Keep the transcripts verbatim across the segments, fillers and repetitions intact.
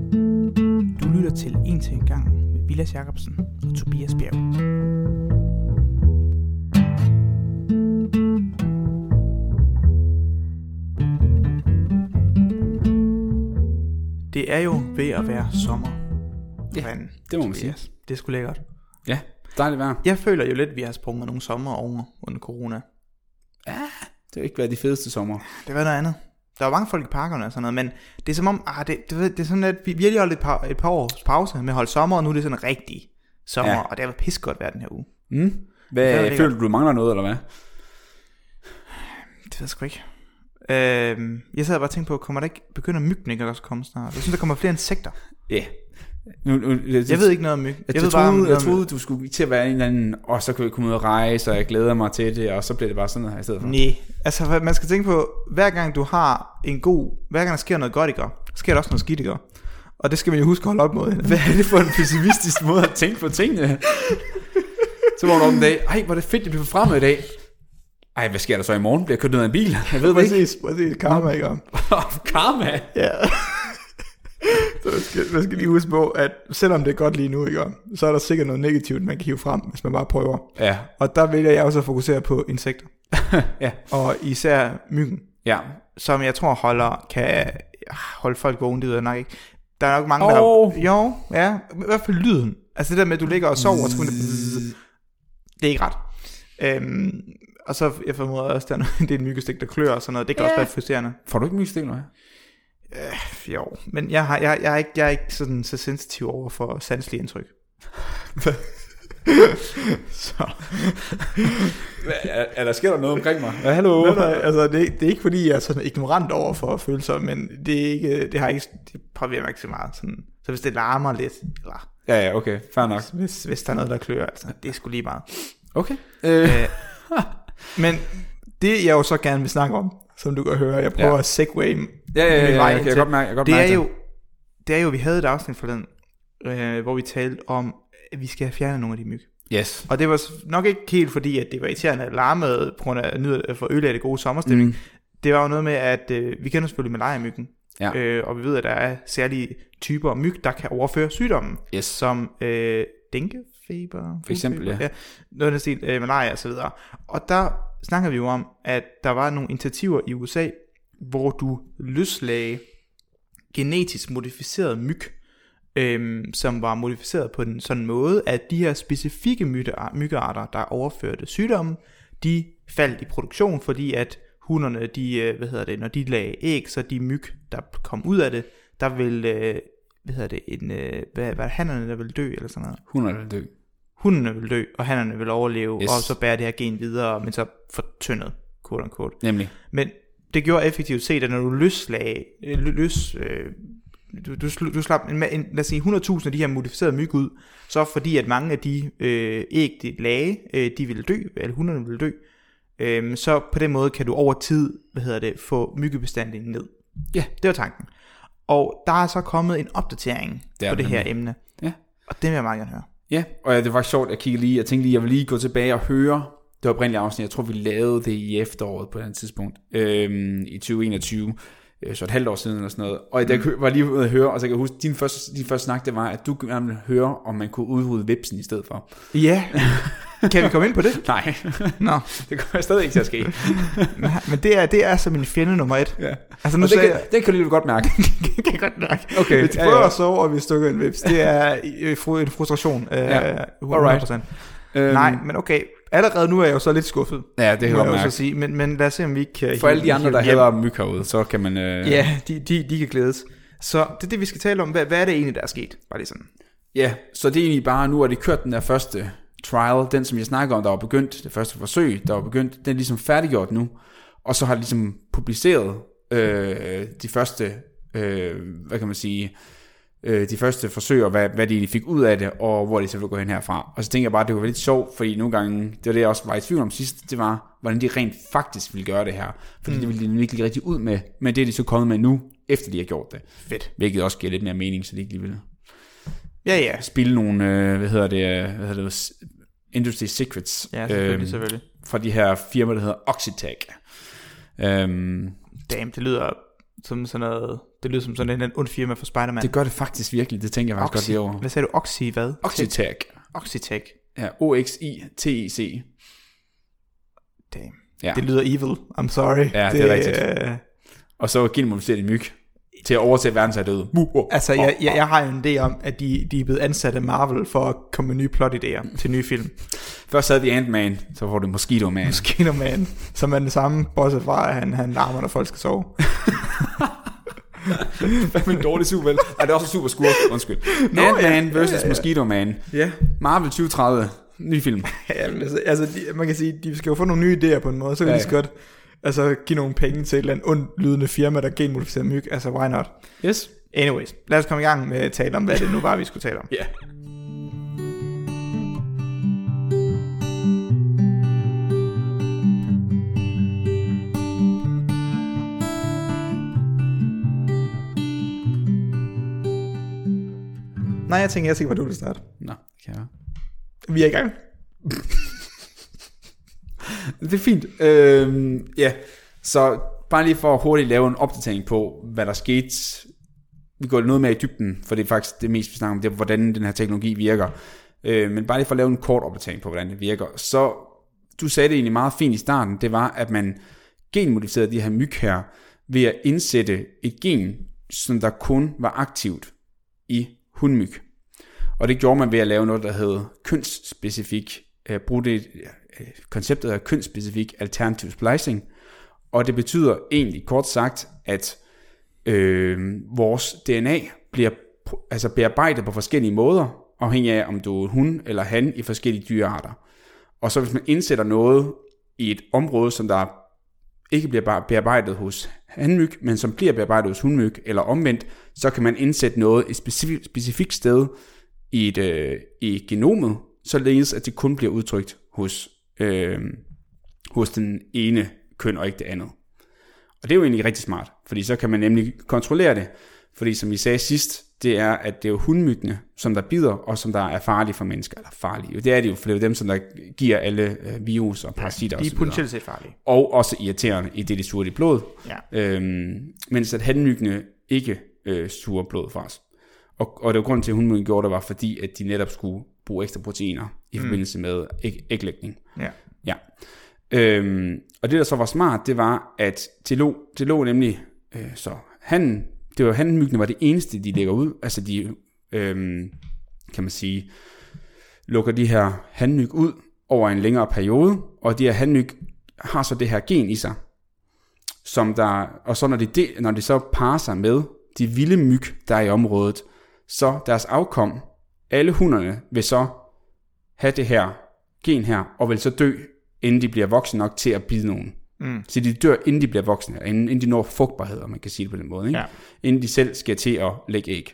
Du lytter til En til en gang med Vilas Jacobsen og Tobias Bjerg. Det er jo ved at være sommer. Ja, Fanden, det må man Tobias. sige. Det er sgu lækkert. Ja, dejligt vejr. Jeg føler jo lidt, at vi har sprunget nogle sommer over under corona. Ja, det har ikke været de fedeste sommer. Det var noget andet. Der var mange folk i parkerne og sådan noget, men det er som om, ah, det, det, det er sådan, at vi, vi har lige holdt et par, et par års pause med at holde sommer, og nu er det sådan en rigtig sommer, Ja. og det har været pissegodt vejr den her uge. Mm. Hvad, Det er det føler du, du mangler noget, eller hvad? Det ved jeg sgu ikke. Øhm, jeg sad bare og tænkte på, kommer der ikke, begynder myggen ikke også at komme snart? Jeg synes, der kommer flere insekter. Ja. Nu, nu, jeg, Jeg ved ikke noget om myg. Jeg, Jeg, jeg, ved troede, bare, om jeg noget om- troede, du skulle til at være en eller anden, og så kan vi komme ud og rejse, og jeg glæder mig til det, og så bliver det bare sådan noget her i stedet for. Nej, altså hvad- man skal tænke på, hver gang du har en god, hver gang der sker noget godt, ikke, sker der også noget skidt, ikke? Og det skal man jo huske at holde op mod. Hvad er det for en pessimistisk måde at tænke på tingene? Så var du om en dag, ej, hvor er det fedt, det bliver fremmed i dag. Ej, hvad sker der så i morgen? Bliver jeg kørt ned af en bil? Jeg ved det ikke. Præcis, præcis, karma, ikke? Karma. Ja. Så man skal, man skal lige huske på, at selvom det er godt lige nu, ikke, så er der sikkert noget negativt, man kan hive frem, hvis man bare prøver. Ja. Og der vælger jeg også at fokusere på insekter. Ja. Og især myggen, Ja. som jeg tror holder, kan holde folk vågne, det ved jeg nok ikke. Der er nok mange, der Åh. har... Jo, ja, i hvert fald lyden. Altså det der med, at du ligger og sover, og så kommer det... Det er ikke ret. Øhm, og så, jeg formoder også, at det er en myggestik, der klør og sådan noget. Det kan Ja. også være frustrerende. Får du ikke mygstik, nej? Øh, jo, men jeg, har, jeg, jeg, er ikke, jeg er ikke sådan så sensitiv over for sanselige indtryk. Så. Er, er der sker der noget omkring mig? Ja, hallo. Nej, nej, altså det, det er ikke fordi jeg er sådan ignorant over for følelser, men det er ikke, det har ikke, det påvirker mig ikke så meget. Sådan. Så hvis det larmer lidt, eller Ja, ja, okay. Fair nok. hvis, hvis der er noget, der klør, altså, det er sgu lige meget. Okay. Øh. Øh, men det jeg jo så gerne vil snakke om, som du kan høre, jeg prøver Ja. at segway Ja, ja, ja, min ja, vej jeg kan indtil. godt mærke, jeg kan godt det er mærke jo, det er jo, vi havde et afsnit forleden, øh, hvor vi talte om, at vi skal have fjernet nogle af de myg. Yes. Og det var nok ikke helt fordi, at det var irriterende at larmede på grund af nyder for ødelægge det gode sommerstemning. Mm. Det var jo noget med, at øh, vi kender selvfølgelig malaria-myggen, Ja. øh, og vi ved, at der er særlige typer af myg, der kan overføre sygdommen, Yes. som øh, denguefeber, For eksempel, fuglefeber, ja. noget af den stil, øh, malaria og så videre. Og der snakker vi jo om, at der var nogle initiativer i U S A, hvor du løslagde genetisk modificeret myg, øhm, som var modificeret på en sådan måde, at de her specifikke mytte- myggearter, der overførte sygdommen, de faldt i produktion, fordi at hunderne, de, øh, hvad hedder det, når de lagde æg, så de myg, der kom ud af det, der vil, øh, hvad hedder det, en, øh, hvad, hvad hannerne, der vil dø, eller sådan noget. hundrede vil dø. Hundene vil dø, og hannerne vil overleve, Yes. og så bærer det her gen videre, men så fortyndet, quote unquote. Nemlig. Men det gjorde effektivt set, at når du løslag, øh, løs, øh, du, du, sl- du slap en, en, lad os sige hundrede tusind af de her modificerede myg ud, så fordi at mange af de øh, æg, de lagde, øh, de ville dø, eller hunderne ville dø, øh, så på den måde kan du over tid, hvad hedder det, få myggebestanden ned. Ja. Det var tanken. Og der er så kommet en opdatering Det er på det det her nemlig. emne, Ja. og det vil jeg meget gerne høre. Ja, og ja, det var sjovt, jeg kiggede lige, jeg tænkte lige, jeg vil lige gå tilbage og høre, det var oprindeligt afsnit, jeg tror vi lavede det i efteråret på et andet tidspunkt, øhm, i tyve enogtyve, øh, så et halvt år siden eller sådan noget, og jeg mm. var lige ude at høre, og så kan jeg huske, din første, din første snak, det var, at du gerne ville høre, om man kunne udrydde vipsen i stedet for. Ja, kan vi komme ind på det? Nej, Nå, det kommer stadig ikke til at ske. men det er, det er så min fjende nummer et. Ja. Altså nu Og det, sagde kan, jeg, det kan du lige godt mærke. det kan jeg godt nok. Okay, Hvis du ja, prøver ja. at sove, og vi stukker en vips, det er øh, fru- en frustration. Øh, Ja. hundrede procent. Øhm, Nej, men okay. Allerede nu er jeg jo så lidt skuffet. Ja, det kan må jeg jeg godt jo så mærke. sige. Men, men lad os se, om vi ikke kan... For alle de hive- andre, der hive hjem. hader myg herude, så kan man... Øh... Ja, de, de, de kan glædes. Så det er det, vi skal tale om. Hvad, hvad er det egentlig, der er sket? Bare lige sådan. Ja, så det er egentlig bare, nu har de kørt den der første trial, den som jeg snakker om, der var begyndt, det første forsøg, der var begyndt, den er ligesom færdiggjort nu, og så har de ligesom publiceret øh, de første, øh, hvad kan man sige, øh, de første forsøg, og hvad, hvad de egentlig fik ud af det, og hvor de så vil gå hen herfra. Og så tænker jeg bare, det var lidt sjovt, fordi nogle gange, det var det, jeg også var i tvivl om sidst, det var, hvordan de rent faktisk ville gøre det her. Fordi mm. det ville de virkelig rigtig ud med, men det er de så kommet med nu, efter de har gjort det. Fedt. Hvilket også giver lidt mere mening, så de ikke lige vil Ja, ja. spille nogle, øh, hvad hedder det, øh, hvad hedder det, industry secrets. Ja, selvfølgelig, øhm, selvfølgelig. Fra de her firmaer, der hedder Oxitec. Øhm, Damn, det lyder som sådan noget, det lyder som sådan en ond firma for Spider-Man. Det gør det faktisk virkelig, det tænker jeg faktisk Oxy, godt lige over. Hvad sagde du? Oxy hvad? Oxitec. Oxitec. Ja, O X I T E C. Damn. Ja. Det lyder evil, I'm sorry. Ja, det, det er rigtigt. Øh... Og så genmodificeret i myg til at overtage verdens af døde. Altså, jeg, jeg, jeg har jo en idé om, at de, de er blevet ansat af Marvel for at komme med nye plot-idéer til nye film. Først havde vi Ant-Man, så får det Mosquito Man. Mosquito Man, som er den samme, bortset fra, at han, han larmer, når folk skal sove. Hvad med en dårlig superhelt? Nej, det er også super skurk, undskyld. No, Ant-Man versus ja, ja. Mosquito Man. Ja. Marvel tyve tredive, ny film. Ja, altså, altså de, man kan sige, de skal jo få nogle nye idéer på en måde, så kan ja, de ja. godt altså, give nogle penge til et eller andet ondt lydende firma, der genmodificerer myg. Altså, why not? Yes. Anyways, lad os komme i gang med at tale om, hvad det nu var, vi skulle tale om. Ja. Yeah. Nej, jeg tænker, jeg tænker, hvor du vil starte. Nå, kan jeg. Vi er i gang. Det er fint. Øhm, ja, så bare lige for at hurtigt lave en opdatering på, hvad der skete. Vi går noget mere i dybden, for det er faktisk det mest, vi snakker om, det er, hvordan den her teknologi virker. Øh, men bare lige for at lave en kort opdatering på, hvordan det virker. Så du sagde det egentlig meget fint i starten, det var, at man genmodificerede de her myg her, ved at indsætte et gen, som der kun var aktivt i hundmyg. Og det gjorde man ved at lave noget, der hedder kønsspecifik, uh, bruge det uh, konceptet af kønsspecifik alternative splicing. Og det betyder egentlig kort sagt, at øh, vores D N A bliver altså bearbejdet på forskellige måder, afhængig af om du er hun eller han i forskellige dyrearter. Og så hvis man indsætter noget i et område, som der ikke bliver bearbejdet hos hanmyg, men som bliver bearbejdet hos hunmyg, eller omvendt, så kan man indsætte noget et specifikt, specifikt sted i, et, øh, i genomet, således at det kun bliver udtrykt hos, øh, hos den ene køn og ikke det andet. Og det er jo egentlig rigtig smart, fordi så kan man nemlig kontrollere det, fordi som vi sagde sidst, det er, at det er jo hundmyggene, som der bider, og som der er farlige for mennesker, eller farlige. Det er det jo, for det er jo dem, som der giver alle øh, virus og parasitter. Ja, de er potentielt set farlige. Og også irriterende i det, de suger i blod. Ja. Øhm, mens at hanmyggene ikke øh, suger blod fra os. Og, og det var grunden til, at hundmyggen gjorde det, var fordi, at de netop skulle bruge ekstra proteiner i mm. forbindelse med æg- æglægning. Ja. Ja. Øhm, og det, der så var smart, det var, at det lå, det lå nemlig, øh, så han, det var hanmyggene var det eneste, de lægger ud. Altså de, øhm, kan man sige, lukker de her hanmyg ud over en længere periode, og de her hanmyg har så det her gen i sig, som der, og så når de, de, når de så parer sig med de vilde myg, der er i området, så deres afkom, alle hunderne, vil så have det her gen her, og vil så dø, inden de bliver voksne nok til at bide nogen. Mm. Så de dør, inden de bliver voksne, inden, inden de når frugtbarhed, om man kan sige det på den måde, ikke? Ja. Inden de selv skal til at lægge æg.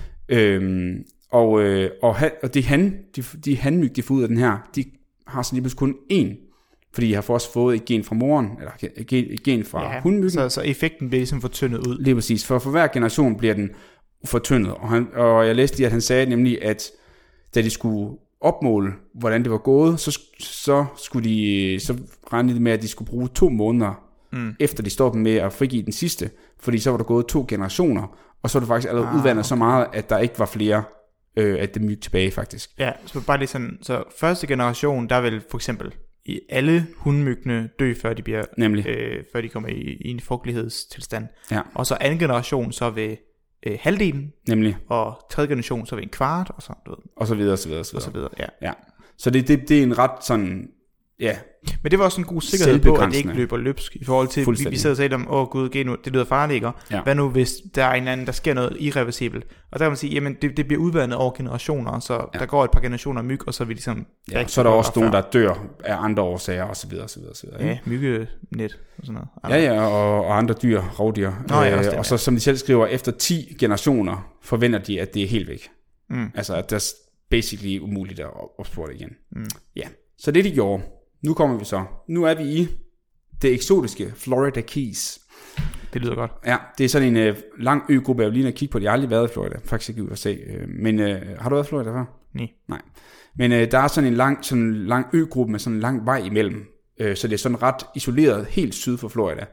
Øhm, og, øh, og, han, og de, han, de, de hanmyg, de får ud af den her, de har så lige pludselig kun én, fordi de har også fået et gen fra moren, eller et gen, et gen fra ja, hundmyggen. Så, så effekten bliver ligesom fortyndet ud. Lige præcis, for for hver generation bliver den fortyndet. Og, han, og jeg læste, at han sagde nemlig, at da de skulle opmåle, hvordan det var gået, så, så skulle de så regne det med, at de skulle bruge to måneder, mm. efter de stoppede med at frigive den sidste, fordi så var der gået to generationer, og så var det faktisk allerede ah, udvandet okay. så meget, at der ikke var flere øh, af dem myg tilbage faktisk. Ja, så bare lige sådan, så første generation, der vil for eksempel i alle hundmyggene dø, før de bliver, nemlig. Øh, før de kommer i, i en frugtlighedstilstand. Ja. Og så anden generation, så vil øh, halvdelen, nemlig. Og tredje generation, så vil en kvart, og så, du ved. Og så videre, og så videre, og så videre. Og så videre, ja. ja. Så det, det, det er en ret sådan, ja. Men det var også en god sikkerhed på, at det ikke løber løbsk, i forhold til, vi, vi sidder og siger om, åh gud, genu, det lyder farligt, ja. Hvad nu, hvis der er en anden, der sker noget irreversibelt? Og der kan man sige, jamen, det, det bliver udvandet over generationer, så ja. Der går et par generationer myg, og så vil de ligesom... Ja, så er der også nogen, der dør af andre årsager, og så videre, og så videre, og så videre. Ja, myggenet og sådan noget. Ja, ja, og, og andre dyr, rovdyr. Nå, ja, også øh, det, og så, som de selv skriver, efter ti generationer forventer de, at det er helt væk. Mm. Altså, at det er basically umuligt at opspore det igen. Mm. Ja, så det de gjorde. Nu kommer vi så. Nu er vi i det eksotiske Florida Keys. Det lyder godt. Ja, det er sådan en uh, lang øgruppe, jeg vil lige at kigge på. Jeg har aldrig været i Florida, faktisk ikke i U S A. Uh, men uh, har du været i Florida før? Nej. Nej. Men uh, der er sådan en lang, sådan en lang øgruppe med sådan en lang vej imellem. Uh, så det er sådan ret isoleret helt syd for Florida.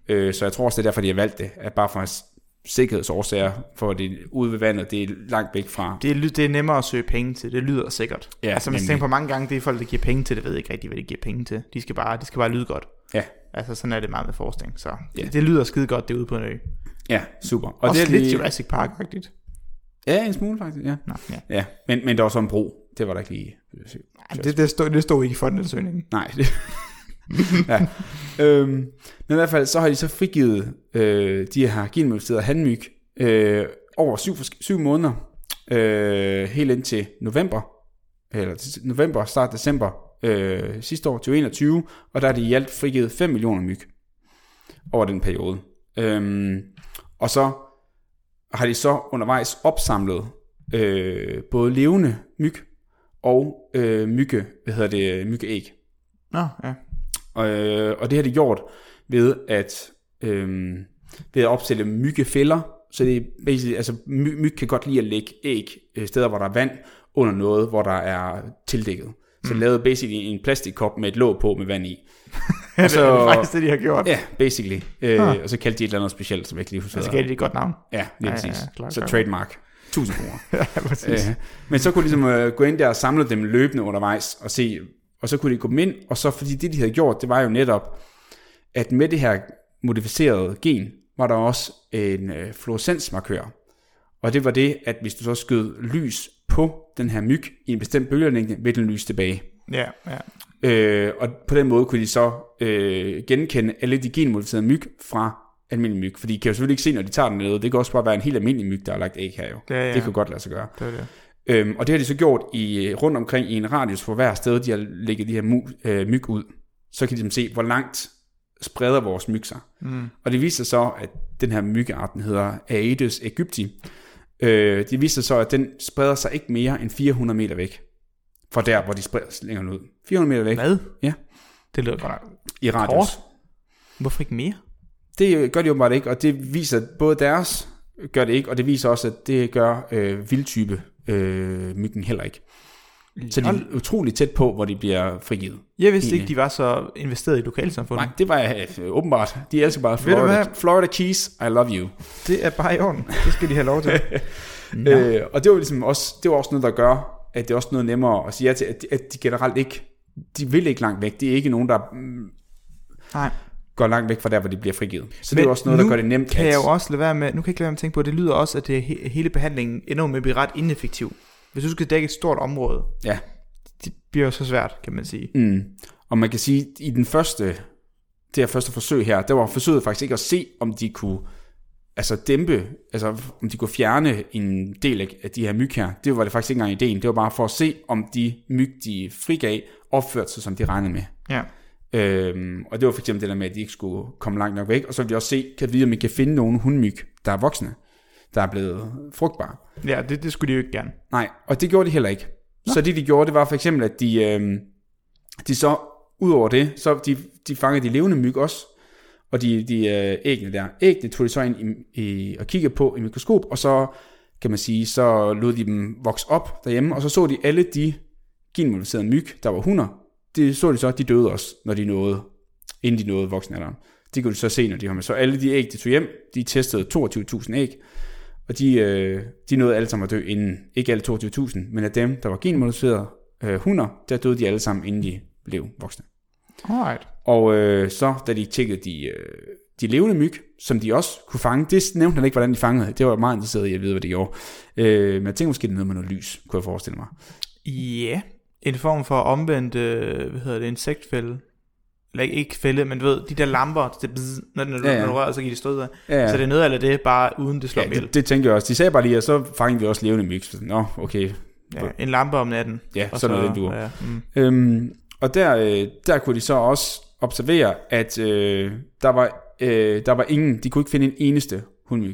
Øh, så jeg tror også, det er derfor, de har valgt det. At bare for sikkerhedsårsager, for det ude ved vandet, det er langt væk fra. Det er, det er nemmere at søge penge til, det lyder sikkert. Ja, altså man tænker på mange gange, det er folk, der giver penge til det, ved ikke rigtig, hvad de giver penge til. De skal bare, de skal bare lyde godt. Ja. Altså sådan er det meget med forskning, så ja. det, det lyder skide godt, det er ude på en ø. Ja, super. Og også det er lidt lige... Jurassic Park-agtigt. Ja, en smule faktisk, ja. Nå, ja. ja. Men, men der var så en bro, det var der ikke lige. Nej, det, det, stod, det stod ikke i fondansøgningen. Nej, det... ja. øhm, men i hvert fald, så har de så frigivet øh, de her genmodificerede hanmyg øh, over syv, syv måneder, øh, helt indtil november, eller november, start december øh, sidste år, tyve enogtyve, og der er de i alt frigivet fem millioner myg over den periode. Øhm, og så har de så undervejs opsamlet øh, både levende myg og øh, mygge, hvad hedder det, myggeæg. Nå, ja. Og, øh, og det har de gjort ved at øh, ved at opstille myggefælder. Så det er basically, altså my, myg kan godt lide at lægge æg øh, steder, hvor der er vand, under noget, hvor der er tildækket. Så mm. lavede basically en plastikkop med et låg på med vand i. Og så, det er faktisk det, de har gjort. Ja, basically. Øh, ah. Og så kaldte de et eller andet specielt, som jeg ikke lige husker. Så gav de et godt navn. Ja, lige ja, præcis. Ja, klar, så klar. trademark. Tusind kroner. Ja, præcis. Øh, men så kunne de ligesom øh, gå ind der og samle dem løbende undervejs og se, og så kunne de gå dem ind, og så fordi det, de havde gjort, det var jo netop, at med det her modificerede gen, var der også en øh, fluorescensmarkør. Og det var det, at hvis du så skød lys på den her myg i en bestemt bølgelængde, vil den lyse tilbage. Ja, ja. Øh, og på den måde kunne de så øh, genkende alle de genmodificerede myg fra almindelig myg. For de kan jo selvfølgelig ikke se, når de tager den ned. Det kan også bare være en helt almindelig myg, der har lagt æg her jo. Ja, ja. Det kan godt lade sig gøre. Det er det. Øhm, og det har de så gjort i, rundt omkring i en radius for hver sted, de har lægget de her mu, øh, myg ud. Så kan de ligesom se, hvor langt spreder vores myg sig. Mm. Og det viser så, at den her myggeart, den hedder Aedes aegypti. Øh, det viser så, at den spreder sig ikke mere end fire hundrede meter væk. Fra der, hvor de spreder sig længere ud. fire hundrede meter væk. Hvad? Ja. Det lyder godt. I radius. Kort. Hvorfor ikke mere? Det gør de åbenbart ikke, og det viser, både deres gør det ikke, og det viser også, at det gør øh, vildtype øh, myggen heller ikke. Så de er utroligt tæt på, hvor de bliver frigivet. Jeg vidste ikke, de var så investeret i lokalsamfundet. Nej, det var øh, åbenbart. De elsker bare Florida. Florida Keys, I love you. Det er bare i orden. Det skal de have lov til. no. øh, og det var ligesom også, det var også noget, der gør, at det er også noget nemmere at sige ja til, at de, at de generelt ikke, de vil ikke langt væk. Det er ikke nogen, der mm, Nej. går langt væk fra der, hvor de bliver frigivet. Så men det er også noget, der gør det nemt. Kan at... jeg jo også lade være med, nu kan jeg ikke lade være med at tænke på, at det lyder også, at det, hele behandlingen ender med at blive ret ineffektiv. Hvis du skal dække et stort område, ja. Det bliver jo så svært, kan man sige. Mm. Og man kan sige, i den første, det her første forsøg her, der var forsøget faktisk ikke at se, om de kunne altså dæmpe, altså om de kunne fjerne en del af de her myg her. Det var det faktisk ikke engang ideen. Det var bare for at se, om de myg, de frigav, opførte sig, som de regnede med. Ja. Øhm, og det var for eksempel det der med, at de ikke skulle komme langt nok væk. Og så ville de også se, kan vide, om vi kan finde nogle hundmyg, der er voksne, der er blevet frugtbare. Ja, det, det skulle de jo ikke gerne. Nej, og det gjorde de heller ikke. Nå. Så det de gjorde, det var for eksempel, at de, øh, de så, ud over det, så de, de fangede de levende myg også, og de, de øh, æggene der. Æggene tog de så ind i, i, og kiggede på i mikroskop, og så, kan man sige, så lod de dem vokse op derhjemme, og så så de alle de genmodificerede myg, der var hunder, det så de så, de døde også, når de nåede, inden de nåede voksenalderen. Det kunne de så se, når de var med. Så alle de æg, de tog hjem, de testede toogtyve tusind æg, og de, øh, de nåede alle sammen at dø inden, ikke alle toogtyve tusind, men af dem, der var genmodificerede øh, hunder, der døde de alle sammen, inden de blev voksne. Alright. Og øh, så, da de tjekkede de, øh, de levende myg, som de også kunne fange, det nævnte han ikke, hvordan de fangede. Det var meget interesseret i at vide, hvad de gjorde. Øh, men jeg tænker måske, det er noget med noget lys, kunne jeg forestille mig. Ja, yeah. En form for omvendt, øh, hvad hedder det, insektfælde. Eller ikke fælde, men du ved, de der lamper, det bzz, når, når, ja, ja. når du rører, så giver de stød af. Ja, ja. Så det er noget af det, bare uden det slår ja, ihjel. Det, det tænker jeg også. De sagde bare lige, at så fangede vi også levende myg. Nå, okay. Ja, en lampe om natten. Ja, sådan noget, den duer. Ja, mm. øhm, og der, der kunne de så også observere, at øh, der, var, øh, der var ingen, de kunne ikke finde en eneste hundmyg.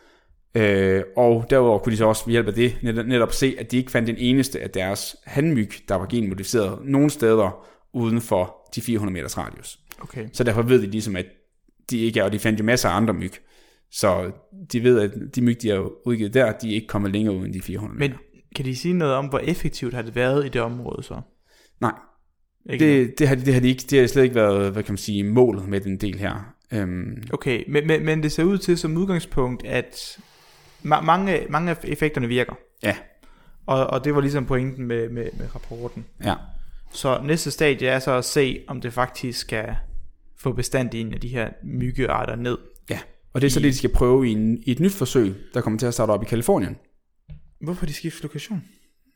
Øh, og derudover kunne de så også ved hjælp af det net, netop se, at de ikke fandt den eneste af deres hanmyg, der var genmodificeret nogen steder uden for de fire hundrede meters radius. Okay. Så derfor ved de ligesom, at de ikke er, og de fandt jo masser af andre myg. Så de ved, at de myg, de har udgivet der, de er ikke kommet længere uden de fire hundrede meter. Men kan de sige noget om, hvor effektivt har det været i det område så? Nej, Det, det, har, det har de ikke, det har slet ikke været, hvad kan man sige, målet med den del her. Øhm. Okay, men, men, men det ser ud til som udgangspunkt, at ma- mange, mange af effekterne virker. Ja. Og, og det var ligesom pointen med, med, med rapporten. Ja. Så næste stadie er så at se, om det faktisk skal få bestanddelen af de her myggearter ned. Ja, og det er så det, de skal prøve i, en, i et nyt forsøg, der kommer til at starte op i Kalifornien. Hvorfor de skifter lokation?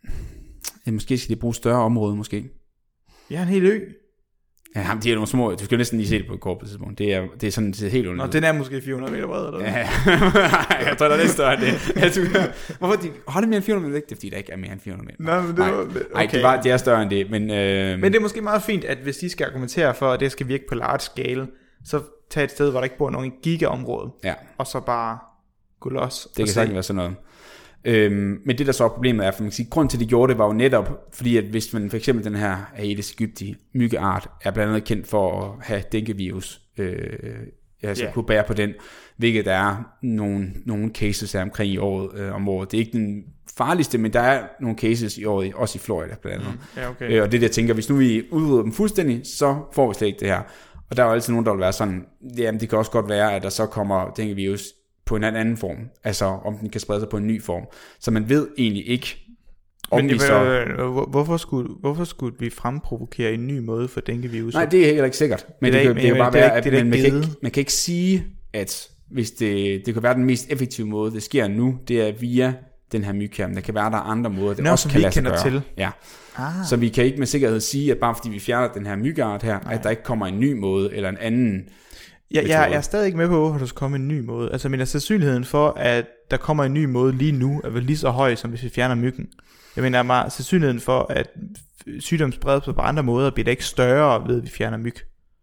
Ja, måske skal de bruge større område, måske. Jeg har en hel ø. Ja, de er nogle små. Du skal næsten lige se det på et kort på tidspunkt. Det er, det er sådan det er helt under. Nå, den er måske fire hundrede meter bred, eller ja. Jeg tror, der er lidt større end det. Jeg tror, hvorfor de holder mere end fire hundrede meter? Det er fordi, der ikke er mere end fire hundrede meter. Nå, men det Nej, var, okay. Nej, det var, de er større end det. Men, øh... men det er måske meget fint, at hvis de skal argumentere for, at det skal virke på large scale, så tag et sted, hvor der ikke bor nogen gigaområde, ja. Og så bare gå los. Det kan sagtens være sådan noget. Øhm, men det der så er problemet er, for man kan sige, grund til det gjorde det var jo netop, fordi at hvis man for eksempel den her Aedes aegypti myggeart er blandt andet kendt for at have dengue-virus, øh, altså yeah. kunne bære på den, hvilket der er nogle, nogle cases her omkring i året, øh, om året. Det er ikke den farligste, men der er nogle cases i året, også i Florida blandt andet. Mm, ja, okay. øh, og det der tænker, hvis nu vi udrydder dem fuldstændig, så får vi slet ikke det her. Og der er jo altid nogen, der vil være sådan, jamen det kan også godt være, at der så kommer dengue-virus på en anden form, altså om den kan sprede sig på en ny form. Så man ved egentlig ikke, om men, vi så... Hvorfor skulle, hvorfor skulle vi fremprovokere en ny måde for dengue-virus? Nej, det er heller ikke sikkert. Men det, det, kan, det kan jo bare være, at man, man, kan ikke, man kan ikke sige, at hvis det, det kan være den mest effektive måde, det sker nu, det er via den her myg her. Men der kan være, der er andre måder, det Nå, også kan lade sig gøre. Til. Ja. Ah. Så vi kan ikke med sikkerhed sige, at bare fordi vi fjerner den her myggeart her, Nej. at der ikke kommer en ny måde, eller en anden... Ja, jeg, jeg er stadig ikke med på, at der skal komme en ny måde. Altså, men sandsynligheden for, at der kommer en ny måde lige nu, er vel lige så høj, som hvis vi fjerner myggen. Jeg mener, meget sandsynligheden for, at sygdom spreder sig på andre måder, bliver der ikke større ved, at vi fjerner myg.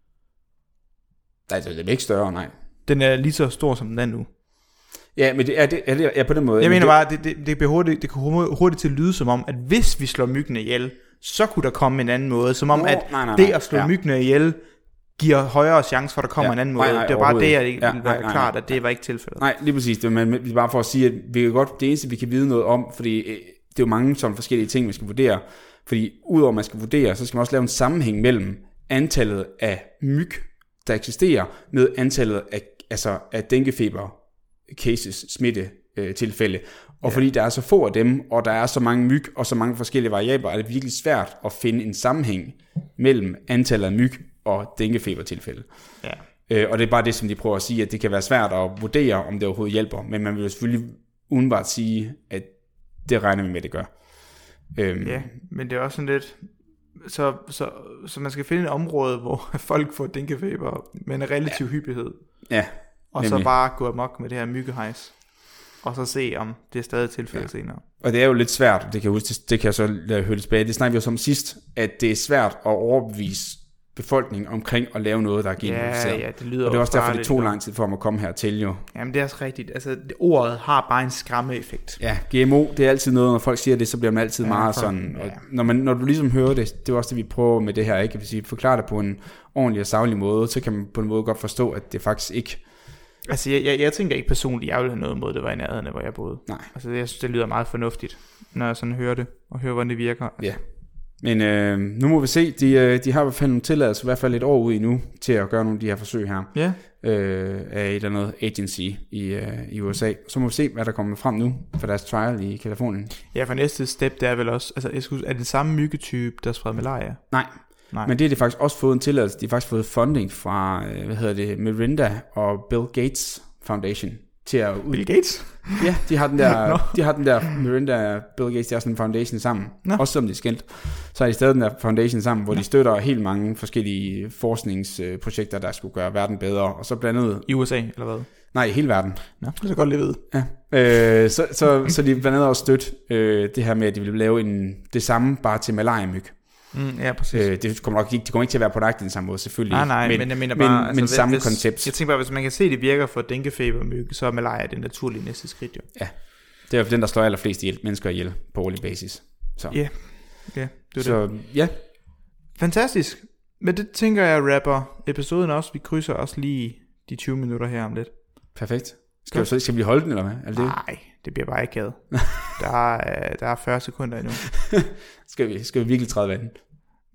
Nej, det er ikke større, nej. Den er lige så stor, som den er nu. Ja, men det er, det, er, det er på den måde. Jeg mener det, bare, det, det, det, bliver hurtigt, det kan hurtigt til at lyde som om, at hvis vi slår myggene ihjel, så kunne der komme en anden måde. Som om, Nå, at nej, nej, nej. det at slå ja. myggene ihjel giver højere chance for, at der kommer ja, en anden måde. Nej, nej, det var bare det, jeg ja, ville være nej, klart, at det var ikke tilfældet. Nej, lige præcis. Det er, det er bare for at sige, at vi kan godt, det eneste, vi kan vide noget om, fordi det er jo mange sådan forskellige ting, man skal vurdere. Fordi udover at man skal vurdere, så skal man også lave en sammenhæng mellem antallet af myg, der eksisterer, med antallet af, altså af denguefeber cases, smitte øh, tilfælde. Og ja. fordi der er så få af dem, og der er så mange myg, og så mange forskellige variabler, er det virkelig svært at finde en sammenhæng mellem antallet af myg og denguefebertilfælde. Ja. Øh, og det er bare det, som de prøver at sige, at det kan være svært at vurdere, om det overhovedet hjælper, men man vil jo selvfølgelig udenbart sige, at det regner vi med, det gør. Øhm. Ja, men det er også sådan lidt, så, så, så man skal finde et område, hvor folk får denguefeber med en relativ ja. hyppighed. Ja, og nemlig. Så bare gå amok med det her myggehejs, og så se, om det er stadig tilfældet ja. senere. Og det er jo lidt svært, det kan jeg, huske, det kan jeg så høre tilbage, det snakker vi jo som sidst, at det er svært at overbevise befolkningen omkring at lave noget, der er genmodificeret. Ja, ja, det lyder og det er også derfor, det tog lang tid for mig at komme hertil jo. Jamen det er også rigtigt. Altså det, ordet har bare en skræmmeeffekt. Ja, G M O, det er altid noget, når folk siger det, så bliver man altid ja, meget for, sådan. Ja. Og når, man, når du ligesom hører det, det er også det, vi prøver med det her, ikke? Jeg vil sige, forklare det på en ordentlig og saglig måde, så kan man på en måde godt forstå, at det faktisk ikke... Altså jeg, jeg, jeg tænker ikke personligt, jeg ville have noget mod det var i nærheden, hvor jeg boede. Nej. Altså jeg synes, det lyder meget fornuftigt, når jeg sådan hører det, og hører, hvordan det virker. Altså. Ja. Men øh, nu må vi se, de, øh, de har i hvert fald nogle tilladelser, i hvert fald et år ud endnu, til at gøre nogle af de her forsøg her, ja. øh, af et eller andet agency i, øh, i U S A. Så må vi se, hvad der kommer frem nu for deres trial i Kalifornien. Ja, for næste step, det er vel også, altså jeg skulle, er det samme myggetype, der spreder malaria? Nej. Nej, men det har de faktisk også fået en tilladelse, de har faktisk fået funding fra, øh, hvad hedder det, Melinda og Bill Gates Foundation. Til at ud... Bill Gates? Ja, de har den der, no. de har den der Melinda og Bill Gates, de har sådan en foundation sammen, no. også som de er skændt. Så har de stadig den der foundation sammen, hvor no. de støtter helt mange forskellige forskningsprojekter, der skulle gøre verden bedre, og så blandt andet... I U S A, eller hvad? Nej, i hele verden. Nå, det er så godt lige ved. Ja. Øh, så, så, så de blandt andet også støtte øh, det her med, at de vil lave en, det samme, bare til malaria-myg. Mm, ja, præcis. Øh, det kommer nok ikke, det kommer ikke til at være på nøjagtigt den samme måde, selvfølgelig. Nej, nej, men, men jeg mener bare, men, altså, men samme hvis, koncept. Jeg tænker bare, hvis man kan se, at det virker for denguefebermyg, så er malaria det naturlige næste skridt jo. Ja, det er jo den, der slår allerflest ihjel, mennesker ihjel på årlig basis. Så. Ja, ja, det er så, det. Ja. Fantastisk. Men det tænker jeg rapper episoden også. Vi krydser også lige de tyve minutter her om lidt. Perfekt. Skal, vi, så, skal vi holde den, eller hvad? Er det Nej, det bliver bare ikke kædet. der, er, der er fyrre sekunder endnu. skal, vi, skal vi virkelig træde vandet? Nej,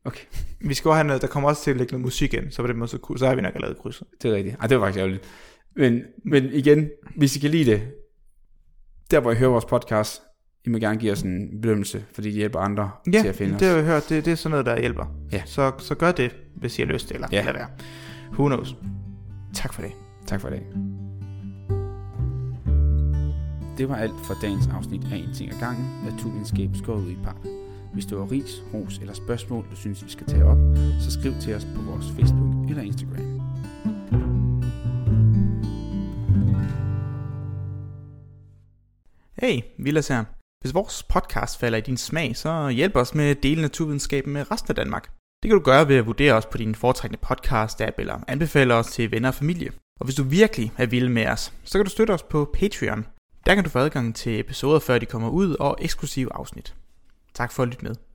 Okay. Vi skal også have noget, der kommer også til at lægge noget musik ind, så på den måde, så, så har vi nok allerede krydset. Det er rigtigt. Ej, det var faktisk ærgerligt. Men, men igen, hvis I kan lide det, der hvor I hører vores podcast, I må gerne give os en bedømmelse, fordi det hjælper andre ja, til at finde det os. har jeg hørt, det, det er sådan noget, der hjælper. Ja. Så, så gør det, hvis I har lyst, eller ja. lad være. Who knows. Tak for det. Tak for det. Det var alt for dagens afsnit af En Ting ad Gangen, naturvidenskab skåret ud i pap. Hvis du har ris, ros eller spørgsmål, du synes, vi skal tage op, så skriv til os på vores Facebook eller Instagram. Hey, Vilas her. Hvis vores podcast falder i din smag, så hjælp os med at dele naturvidenskaben med resten af Danmark. Det kan du gøre ved at vurdere os på din foretrækkende podcast-app eller anbefale os til venner og familie. Og hvis du virkelig er vild med os, så kan du støtte os på Patreon. Der kan du få adgang til episoder, før de kommer ud, og eksklusive afsnit. Tak for at lytte med.